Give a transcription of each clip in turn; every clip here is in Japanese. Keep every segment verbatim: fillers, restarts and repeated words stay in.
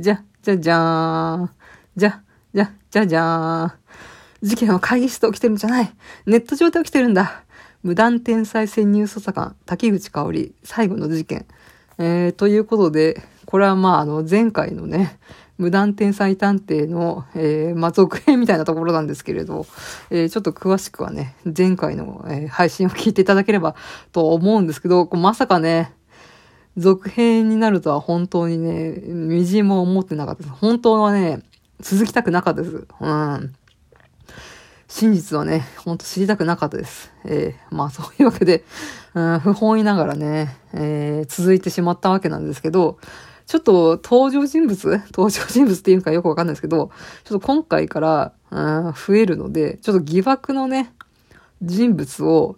じゃ、じゃじゃーん。じゃ、じゃ、じゃじゃーん。事件は会議室で起きてるんじゃない。ネット上で起きてるんだ。無断天才潜入捜査官、滝口香織、最後の事件。えー、ということで、これはまあ、あの、前回のね、無断天才探偵の、えー、まあ、続編みたいなところなんですけれど、えー、ちょっと詳しくはね、前回の、えー、配信を聞いていただければと思うんですけど、まさかね、続編になるとは本当にね、みじんも思ってなかったです。本当はね、続きたくなかったです。うん。真実はね、ほんと知りたくなかったです。えー、まあそういうわけで、うん、不本意ながらね、えー、続いてしまったわけなんですけど、ちょっと登場人物登場人物っていうかよくわかんないですけど、ちょっと今回から、うん、増えるので、ちょっと疑惑のね、人物を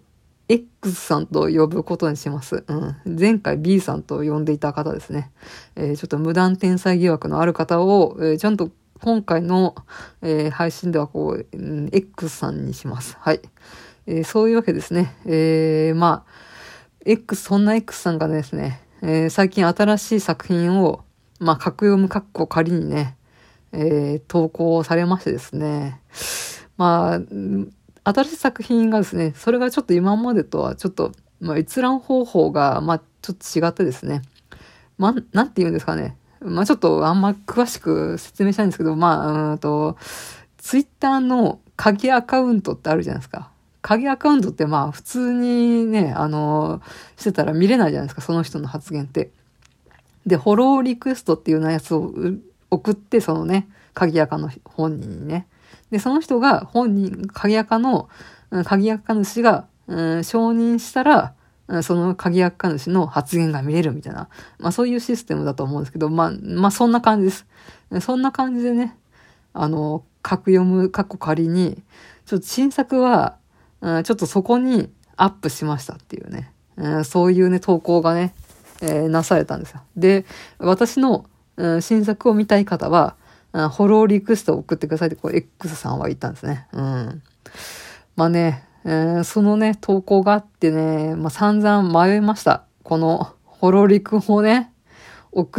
X さんと呼ぶことにします。うん。前回 B さんと呼んでいた方ですね。えー、ちょっと無断天才疑惑のある方を、えー、ちゃんと今回の、えー、配信ではこう、うん、X さんにします。はい。えー、そういうわけですね。えー、まあ、X、そんな X さんがですね、えー、最近新しい作品を、まあ、格読む格好仮にね、えー、投稿されましてですね。まあ、新しい作品がですね、それがちょっと今までとはちょっと、まあ、閲覧方法が、まあ、ちょっと違ってですね。まあ、なんて言うんですかね。まあ、ちょっとあんま詳しく説明したいんですけど、まあ、うんと、ツイッターの鍵アカウントってあるじゃないですか。鍵アカウントってまあ普通にね、あの、してたら見れないじゃないですか、その人の発言って。で、フォローリクエストっていうようなやつを送って、そのね、鍵アカの本人にね。で、その人が本人、鍵アカの、鍵アカ主が、うん、承認したら、その鍵アカ主の発言が見れるみたいな。まあそういうシステムだと思うんですけど、まあ、まあそんな感じです。そんな感じでね、あの、格読む、括弧仮に、ちょっと新作は、うん、ちょっとそこにアップしましたっていうね、うん、そういうね、投稿がね、えー、なされたんですよ。で、私の、うん、新作を見たい方は、うん、フォローリクエストを送ってくださいって、こう、X さんは言ったんですね。うん。まあね、えー、そのね、投稿があってね、まあ散々迷いました。この、フォローリクをね、送って、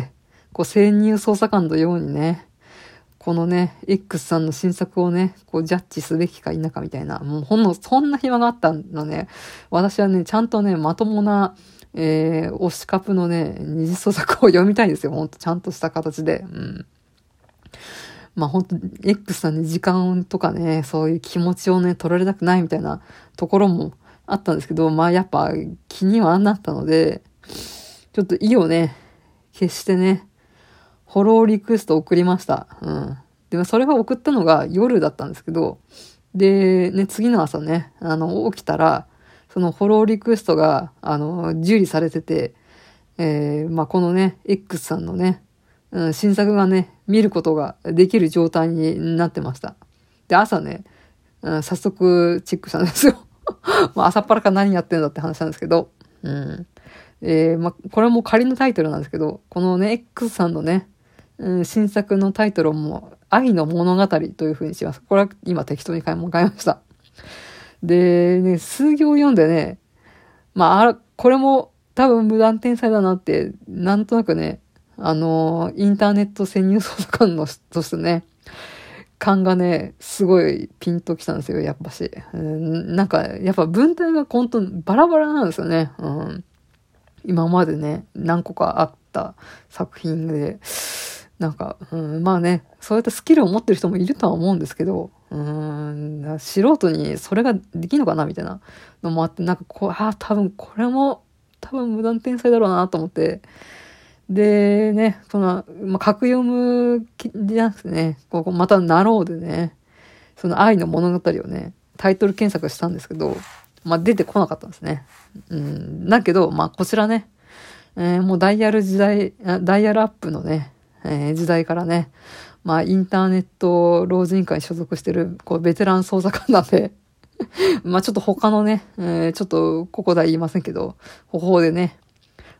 こう、潜入捜査官のようにね、このね、X さんの新作をね、こうジャッジすべきか否かみたいな、もうほんの、そんな暇があったのね、私はね、ちゃんとね、まともな、えー、推しカプのね、二次創作を読みたいんですよ、ほんと、ちゃんとした形で。うん。まあほんと、X さんに時間とかね、そういう気持ちをね、取られたくないみたいなところもあったんですけど、まあやっぱ気にはなったので、ちょっと意をね、消してね、フォローリクエスト送りました。うん。でもそれが送ったのが夜だったんですけど、で、ね、次の朝ね、あの、起きたら、そのフォローリクエストが、あの、受理されてて、えー、まあ、このね、X さんのね、うん、新作がね、見ることができる状態になってました。で、朝ね、うん、早速チェックしたんですよ。まあ、朝っぱらから何やってんだって話なんですけど、うん。えー、まあ、これも仮のタイトルなんですけど、このね、X さんのね、うん、新作のタイトルも愛の物語という風にします。これは今適当に買いました。で、ね、数行読んでね、まあ、あこれも多分無断天才だなって、なんとなくね、あのー、インターネット潜入捜査官のとしてね、感がね、すごいピンときたんですよ、やっぱし。うん、なんか、やっぱ文体が本当バラバラなんですよね。うん、今までね、何個かあった作品で、なんか、うん、まあね、そうやってスキルを持ってる人もいるとは思うんですけど、うーん、素人にそれができるのかなみたいなのもあって、なんかこう、ああ、多分これも、多分無断天才だろうなと思って、で、ね、その、まあ、格読むじゃなくてね、ここまたナローでね、その愛の物語をね、タイトル検索したんですけど、まあ、出てこなかったんですね。うん、だけど、まあ、こちらね、えー、もうダイヤル時代、ダイヤルアップのね、えー、時代からね、まあ、インターネット老人会に所属してる、こう、ベテラン捜査官なんで、まあ、ちょっと他のね、えー、ちょっと、ここでは言いませんけど、方法でね、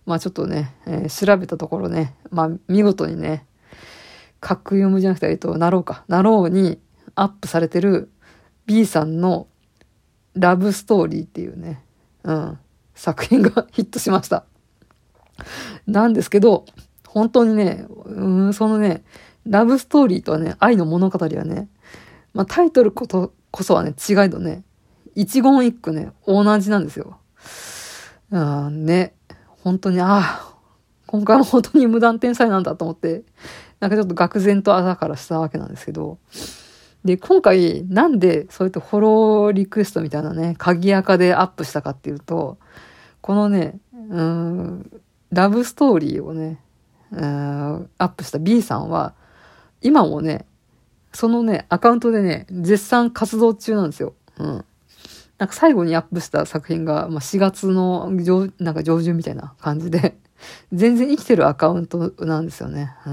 まあちょっとね、えー、調べたところね、まあ見事にね、格読むじゃなくて、えっと、なろうか。なろうにアップされてる B さんのラブストーリーっていうね、うん、作品がヒットしました。なんですけど、本当にね、うん、そのね、ラブストーリーとはね、愛の物語はね、まあタイトルこと、こそはね、違いどね、一言一句ね、同じなんですよ。あね、本当に、ああ、今回も本当に無断天才なんだと思って、なんかちょっと愕然と朝からしたわけなんですけど、で、今回、なんでそうやってフォローリクエストみたいなね、鍵垢でアップしたかっていうと、このね、うーん、ラブストーリーをね、うーん、アップした B さんは、今もね、そのね、アカウントでね、絶賛活動中なんですよ。うん。なんか最後にアップした作品が、まあ、しがつの上、なんか上旬みたいな感じで、全然生きてるアカウントなんですよね。うん。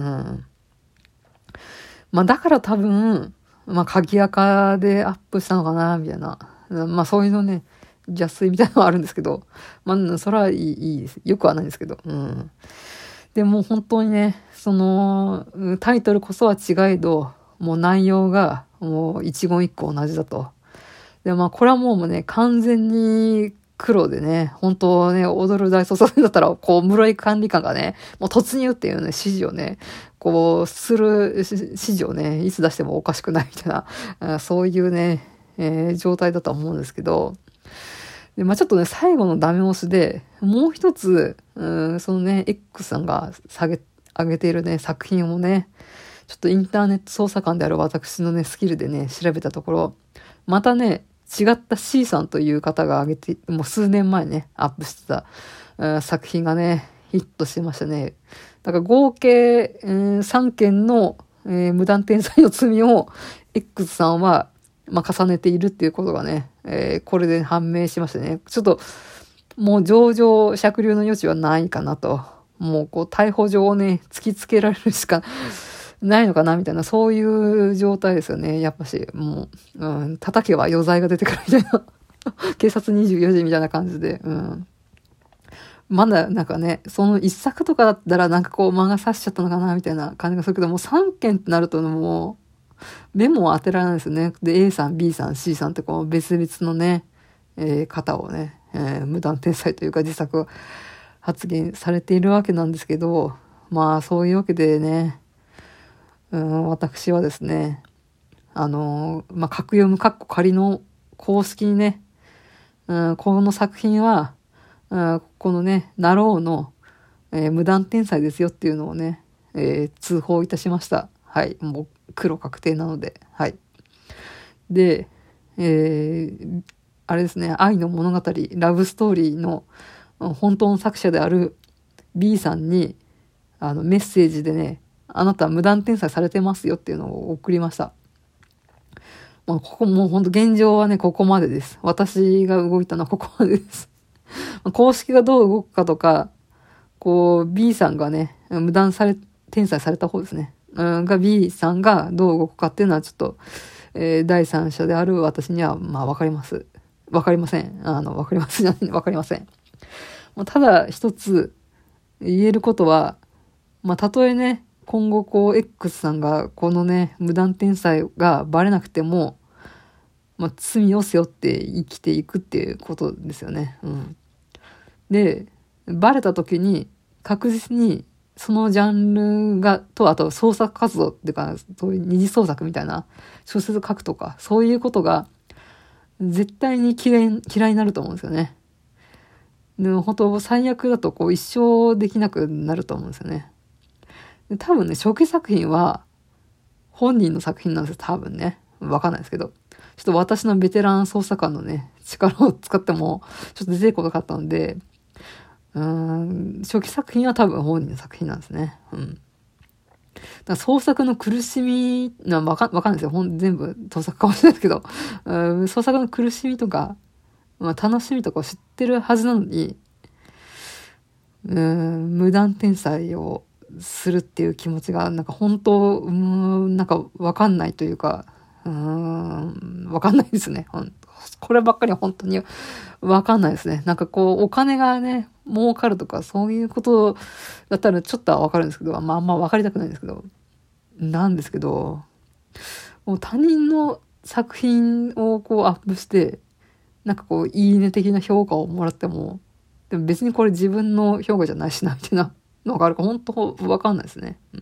まあだから多分、まあ鍵垢でアップしたのかな、みたいな。まあそういうのね、邪推みたいなのはあるんですけど、まあそれはいい、いいです。よくはないんですけど。うん。でも本当にね、その、タイトルこそは違いど、もう内容がもう一言一句同じだと。で、まあこれはもうね、完全に黒でね、本当ね、踊る大捜査線だったら、こう、室井管理官がね、もう突入っていうね、指示をね、こう、する指示をね、いつ出してもおかしくないみたいな、そういうね、えー、状態だと思うんですけど、で、まあちょっとね、最後のダメ押しで、もう一つ、うん、そのね、X さんが下げ、上げているね、作品をね、ちょっとインターネット捜査官である私のね、スキルでね、調べたところ、またね、違った C さんという方が上げて、もう数年前ね、アップしてた、うん、作品がね、ヒットしてましたね。だから合計、うん、さんけんの、えー、無断転載の罪を X さんは、まあ、重ねているっていうことがね、えー、これで判明しましたね。ちょっと、もう上場酌量の余地はないかなと。もうこう逮捕状をね、突きつけられるしかないのかなみたいな、そういう状態ですよね。やっぱし、もう、うん、叩けば余罪が出てくるみたいな。警察にじゅうよじみたいな感じで、うん。まだなんかね、その一作とかだったらなんかこう間が差しちゃったのかなみたいな感じがするけども、さんけんってなるともう、目も当てられないですよね。で、A さん、B さん、C さんってこう別々のね、えー、方をね、えー、無断転載というか自作発言されているわけなんですけど、まあそういうわけでね、うん、私はですね、あのー、まあ、格読むカッコ仮の公式にね、うん、この作品は、うん、このね、ナローの、えー、無断転載ですよっていうのをね、えー、通報いたしました。はい。もう黒確定なので。はい。で、えー、あれですね、愛の物語、ラブストーリーの本当の作者である B さんに、あの、メッセージでね、あなたは無断転載されてますよっていうのを送りました。もうここもうほんと現状はね、ここまでです。私が動いたのはここまでです。公式がどう動くかとか、こう B さんがね、無断され、転載された方ですね。うん、が B さんがどう動くかっていうのはちょっと、えー、第三者である私には、まあわかります。わかりません。あの、わかりますじゃない、わかりません。ただ一つ言えることは、まあたとえね、今後こう X さんがこのね、無断転載がバレなくても、まあ罪を背負って生きていくっていうことですよね。うん。で、バレた時に確実にそのジャンルが、と、あと創作活動っていうか、そういう二次創作みたいな小説書くとか、そういうことが絶対に嫌い、嫌いになると思うんですよね。でも本当最悪だとこう一生できなくなると思うんですよね。で多分ね、初期作品は本人の作品なんですよ、多分ね。わかんないですけど。ちょっと私のベテラン捜査官のね、力を使っても、ちょっと出てこなかったので、うーん、初期作品は多分本人の作品なんですね。うん。だから創作の苦しみ、なわかわかんないですよ。ほん全部創作かもしれないですけど、うん、創作の苦しみとか、まあ、楽しみとかを知ってるはずなのに、うーん、無断転載をするっていう気持ちが、なんか本当、うーん、なんかわかんないというか、うーん、わかんないですね。こればっかりは本当にわかんないですね。なんかこう、お金がね、 儲かるとかそういうことだったらちょっとはわかるんですけど、まああんま分かりたくないんですけど、なんですけど、もう他人の作品をこうアップして、なんかこういいね的な評価をもらっても、でも別にこれ自分の評価じゃないしなみたいなのがあるか本当わかんないですね。うん、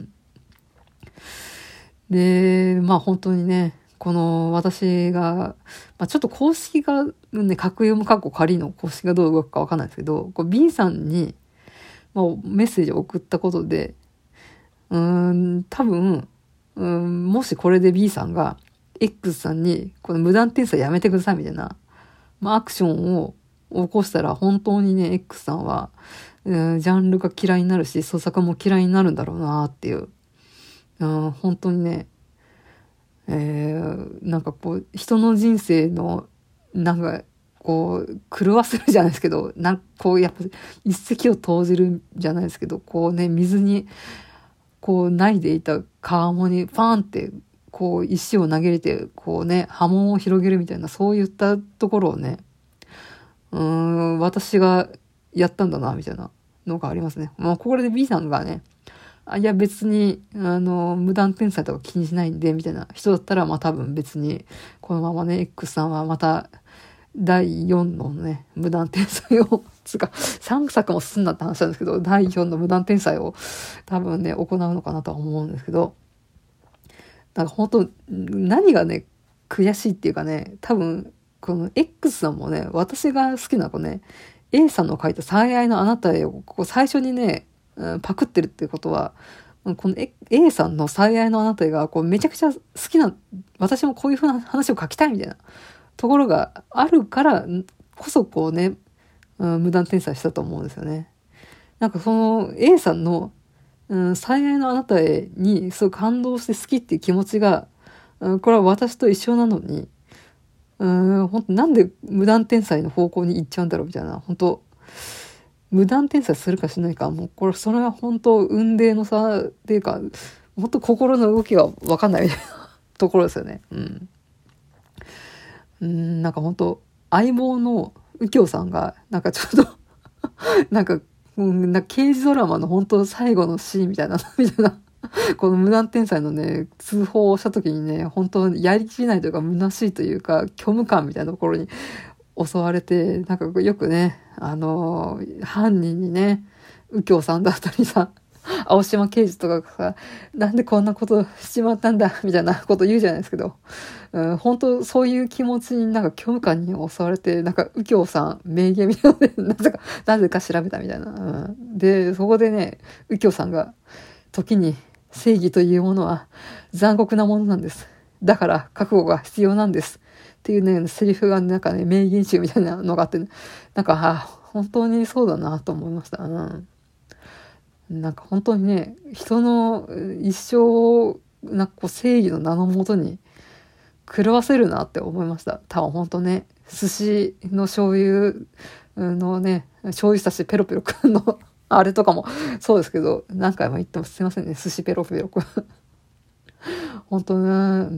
で、まあ本当にね、この私が、まあ、ちょっと公式がね、格読む括弧仮の公式がどう動くかわかんないですけど、こう B さんに、まあ、メッセージを送ったことで、うーん、多分、うーん、もしこれで B さんが X さんに、この無断転載やめてくださいみたいな、まあ、アクションを起こしたら本当にね、X さんは、うん、ジャンルが嫌いになるし、創作も嫌いになるんだろうなっていう、うん、本当にね、えー、なんかこう人の人生のなんかこう狂わせるじゃないですけど、なんかこうやっぱ一石を投じるじゃないですけど、こうね、水にこう萎いでいた川面にパーンってこう石を投げ入れてこうね、波紋を広げるみたいな、そういったところをね、うーん、私がやったんだなみたいなのがありますね。まあこれで B さんがね、あ、いや別に、あの、無断転載とか気にしないんで、みたいな人だったら、まあ多分別に、このままね、X さんはまた、だいよんのね、無断転載を、つか、さんさくも進んだって話なんですけど、だいよんの無断転載を多分ね、行うのかなとは思うんですけど、なんか本当、何がね、悔しいっていうかね、多分、この X さんもね、私が好きな子ね、A さんの書いた最愛のあなたへを、ここ最初にね、パクってるっていうことは、この A さんの最愛のあなたがこうめちゃくちゃ好きな、私もこういう風な話を書きたいみたいなところがあるからこそこうね、うん、無断転載したと思うんですよね。なんかその A さんの、うん、最愛のあなたへにすごい感動して好きっていう気持ちが、うん、これは私と一緒なのに、うん、本当なんで無断転載の方向に行っちゃうんだろうみたいな、本当無断転載するかしないか、もうこれ、それは本当運命の差っていうか、本当心の動きが分かんないみたいなところですよね。うん。うん、なんか本当相棒の右京さんが、なんかちょっとなんか、うん、なんか刑事ドラマの本当最後のシーンみたいな、みたいな。この無断転載のね、通報をした時にね、本当やりきれないというか、虚しいというか、虚無感みたいなところに襲われて、なんかよくね、あのー、犯人にね、右京さんだったりさ、青島刑事とかがさ、なんでこんなことしちまったんだ、みたいなこと言うじゃないですけど、うん、本当そういう気持ちになんか虚無感に襲われて、なんか右京さん名言みたいなので、なぜか、なぜか調べたみたいな。うん、で、そこでね、右京さんが、時に正義というものは残酷なものなんです。だから覚悟が必要なんです。っていうね、セリフがなんかね、名言集みたいなのがあって、ね、なんか、あ、本当にそうだなと思いました。うん、なんか本当にね、人の一生を、なんかこう正義の名のもとに狂わせるなって思いました。多分本当ね、寿司の醤油のね、醤油差しペロペロくんのあれとかもそうですけど、何回も言ってもすいませんね、寿司ペロペロくん。本当ね、うん、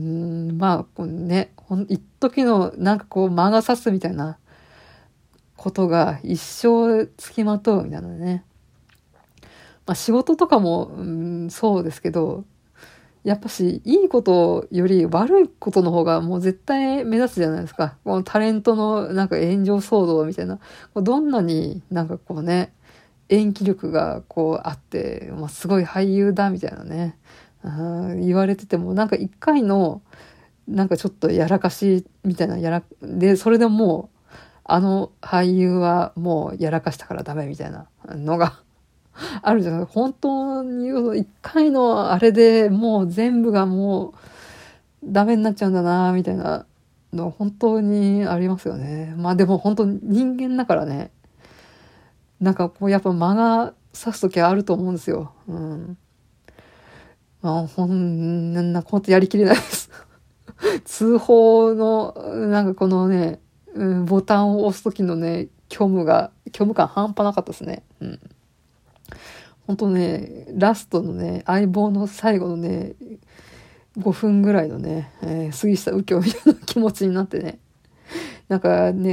まあ、こうね、ほん、一時のなんかこう魔が差すみたいなことが一生つきまとうみたいなね。まあ仕事とかも、うん、そうですけど、やっぱしいいことより悪いことの方がもう絶対目立つじゃないですか。このタレントのなんか炎上騒動みたいな。どんなになんかこうね、演技力がこうあって、まあ、すごい俳優だみたいなね。あ言われててもなんか一回のなんかちょっとやらかしみたいなやらでそれでもうあの俳優はもうやらかしたからダメみたいなのがあるじゃない。本当に一回のあれでもう全部がもうダメになっちゃうんだなみたいなの本当にありますよね。まあでも本当人間だからね、なんかこうやっぱ間が差す時あると思うんですよ。うん。まあ、ほん、なんな、ほんとやりきれないです。通報の、なんかこのね、うん、ボタンを押す時のね、虚無が、虚無感半端なかったですね。うん。ほんとね、ラストのね、相棒の最後のね、ごふんぐらいのね、えー、杉下右京みたいな気持ちになってね。なんかね、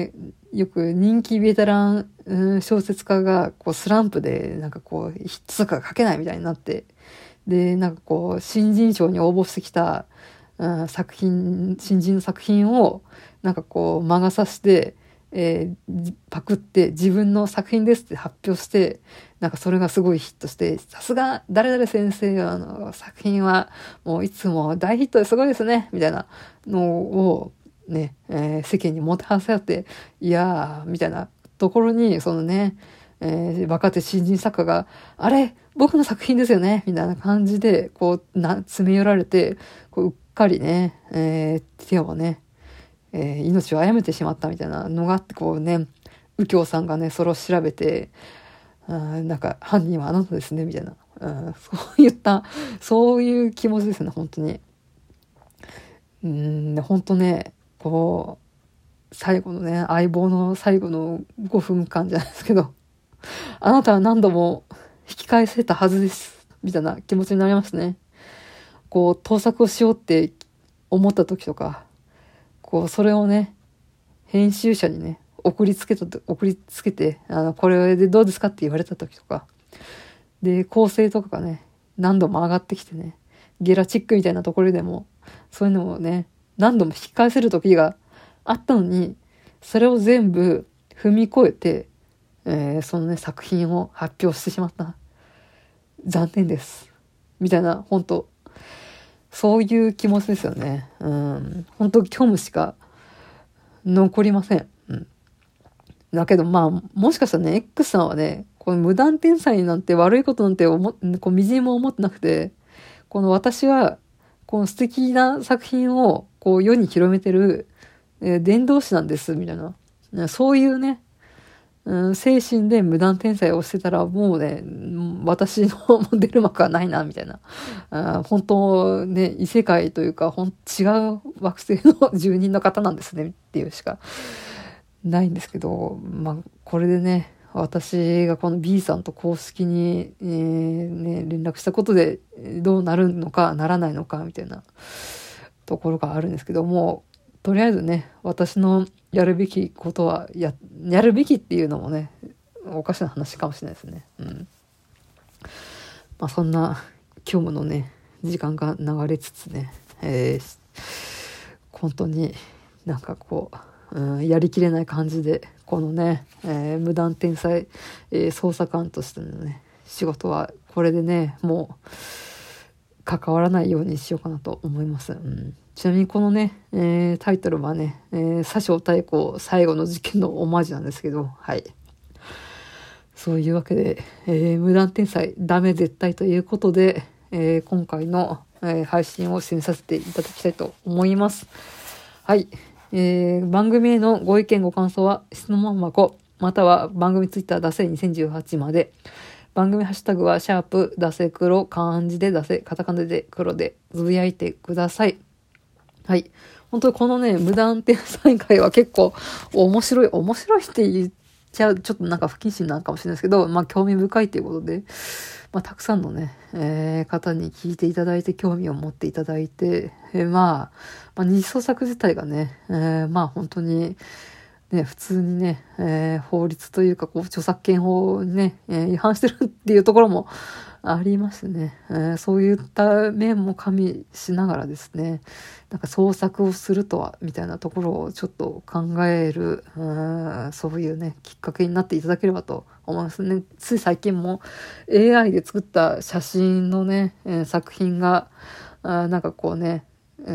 よく人気ベテラン、うん、小説家がこうスランプでなんかこうヒット作が書けないみたいになって、でなんかこう新人賞に応募してきた、うん、作品新人の作品をなんかこう魔が差して、えー、パクって自分の作品ですって発表して、なんかそれがすごいヒットして、さすが誰々先生あの作品はもういつも大ヒットですごいですねみたいなのをね、えー、世間にもてはせ合って、いやーみたいなところにそのね、えー、若手新人作家があれ僕の作品ですよねみたいな感じでこうな詰め寄られて、こううっかりね、えー、手をね、えー、命を殺めてしまったみたいなのがあって、こうね右京さんがねそれを調べて、あなんか犯人はあなたですねみたいな、うんそういったそういう気持ちですね本当に。うん本当ねこう最後のね相棒の最後のごふんかんじゃないですけど、あなたは何度も引き返せたはずですみたいな気持ちになりますね。こう盗作をしようって思った時とか、こうそれをね編集者にね送りつけた送りつけてあのこれでどうですかって言われた時とかで、構成とかがね何度も上がってきてね、ゲラチックみたいなところでもそういうのをね何度も引き返せる時があったのに、それを全部踏み越えて、えー、そのね作品を発表してしまった、残念ですみたいな、本当そういう気持ちですよね。うん本当虚無しか残りません。うん、だけどまあもしかしたらね X さんはねこの無断転載なんて悪いことなんて思こうみじんも思ってなくて、この私はこの素敵な作品をこう世に広めてる、えー、伝道師なんですみたいな、そういうね、うん、精神で無断転載をしてたらもうね私の出る幕はないなみたいな、あ本当ね異世界というかほん違う惑星の住人の方なんですねっていうしかないんですけど、まあこれでね私がこの B さんと公式に、えーね、連絡したことでどうなるのかならないのかみたいなところがあるんですけども、とりあえずね私のやるべきことはややるべきっていうのもねおかしな話かもしれないですね。うんまあ、そんな今日のね時間が流れつつね、えー、本当になんかこう、うん、やりきれない感じでこのね、えー、無断転載、えー、捜査官としてのね仕事はこれでねもう関わらないようにしようかなと思います。うん、ちなみにこのね、えー、タイトルはね、えー、佐生太閤最後の事件のオマージュなんですけど、はい。そういうわけで、えー、無断転載ダメ絶対ということで、えー、今回の、えー、配信を締めさせていただきたいと思います。はい。えー、番組へのご意見ご感想は質問箱または番組ツイッターだせにせんじゅうはちまで、番組ハッシュタグはシャープだせ黒、漢字でだせカタカナで黒でつぶやいてください。はい。本当にこのね無断転載会は結構面白い面白いって言っちゃうちょっとなんか不謹慎なのかもしれないですけど、まあ興味深いということで、まあたくさんのね、えー、方に聞いていただいて興味を持っていただいて、えー、まあ、まあ二次創作自体がね、えー、まあ本当にね、普通にね、えー、法律というか、こう、著作権法にね、えー、違反してるっていうところもありましてね、えー、そういった面も加味しながらですね、なんか創作をするとは、みたいなところをちょっと考える、うそういうね、きっかけになっていただければと思いますね。つい最近も エーアイ で作った写真のね、えー、作品が、あなんかこうね、うん、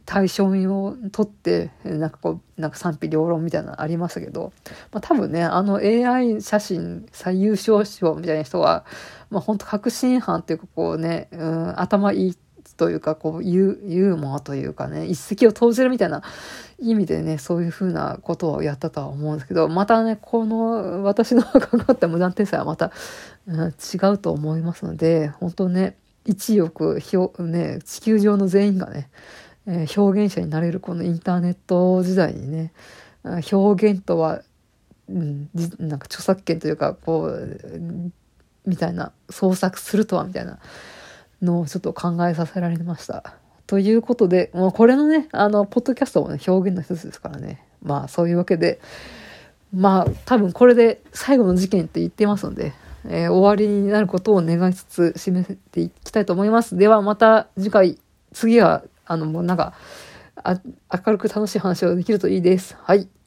対象を取ってなんかこうなんか賛否両論みたいなのありましたけど、まあ、多分ねあの エーアイ 写真最優秀賞みたいな人は、まあ、本当確信犯っていうかこうね、うん、頭いいというかこうユーモアというかね一石を投じるみたいな意味でねそういうふうなことをやったとは思うんですけど、またねこの私の関わった無断転載はまた、うん、違うと思いますので、本当ね一億表、ね、地球上の全員がね、えー、表現者になれるこのインターネット時代にね、表現とは、うん、なんか著作権というかこうみたいな創作するとはみたいなのをちょっと考えさせられました。ということで、もうこれのねあのポッドキャストもね表現の一つですからね。まあそういうわけでまあ多分これで最後の事件って言ってますので、えー終わりになることを願いつつ締めていきたいと思います。ではまた次回、次はあのもうなんかあ明るく楽しい話をできるといいです。はい。